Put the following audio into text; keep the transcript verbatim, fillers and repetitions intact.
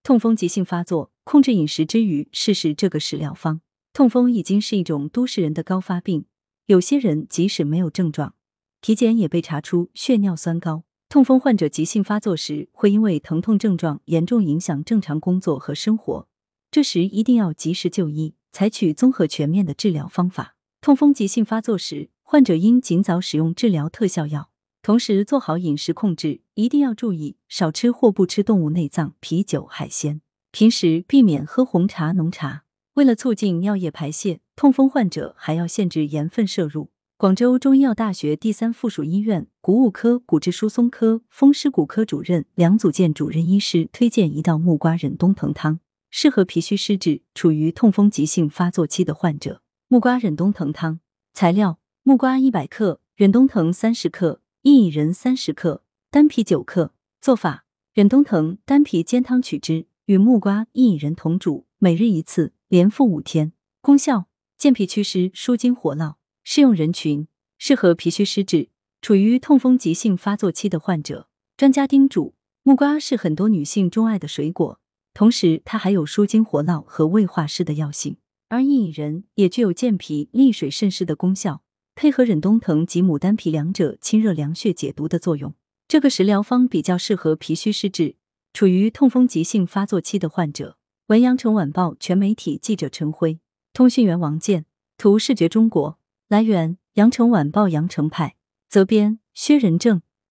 痛风急性发作，控制饮食之余试试这个食疗方。痛风已经是一种都市人的高发病，有些人即使没有症状，体检也被查出血尿酸高。痛风患者急性发作时，会因为疼痛症状严重影响正常工作和生活，这时一定要及时就医，采取综合全面的治疗方法。痛风急性发作时，患者应尽早使用治疗特效药，同时做好饮食控制，一定要注意少吃或不吃动物内脏、啤酒、海鲜。平时避免喝红茶、浓茶。为了促进尿液排泄，痛风患者还要限制盐分摄入。广州中医药大学第三附属医院骨物科骨质疏松科风湿骨科主任梁祖健主任医师推荐一道木瓜忍冬藤汤，适合脾虚湿滞、处于痛风急性发作期的患者。木瓜忍冬藤汤材料：木瓜一百克，忍冬藤三十克，薏苡仁三十克，丹皮九克。做法：忍冬藤、丹皮煎汤取汁，与木瓜、薏苡仁同煮，每日一次，连服五天。功效：健脾祛湿、舒筋活络。适用人群：适合脾虚湿滞、处于痛风急性发作期的患者。专家叮嘱：木瓜是很多女性钟爱的水果，同时它还有舒筋活络和胃化湿的药性，而薏苡仁也具有健脾利水渗湿的功效，配合忍冬藤及牡丹皮两者清热凉血解毒的作用。这个食疗方比较适合脾虚湿滞、处于痛风急性发作期的患者。文阳城晚报全媒体记者陈辉，通讯员王健，图视觉中国。来源：羊城晚报羊城派，责编：薛仁正。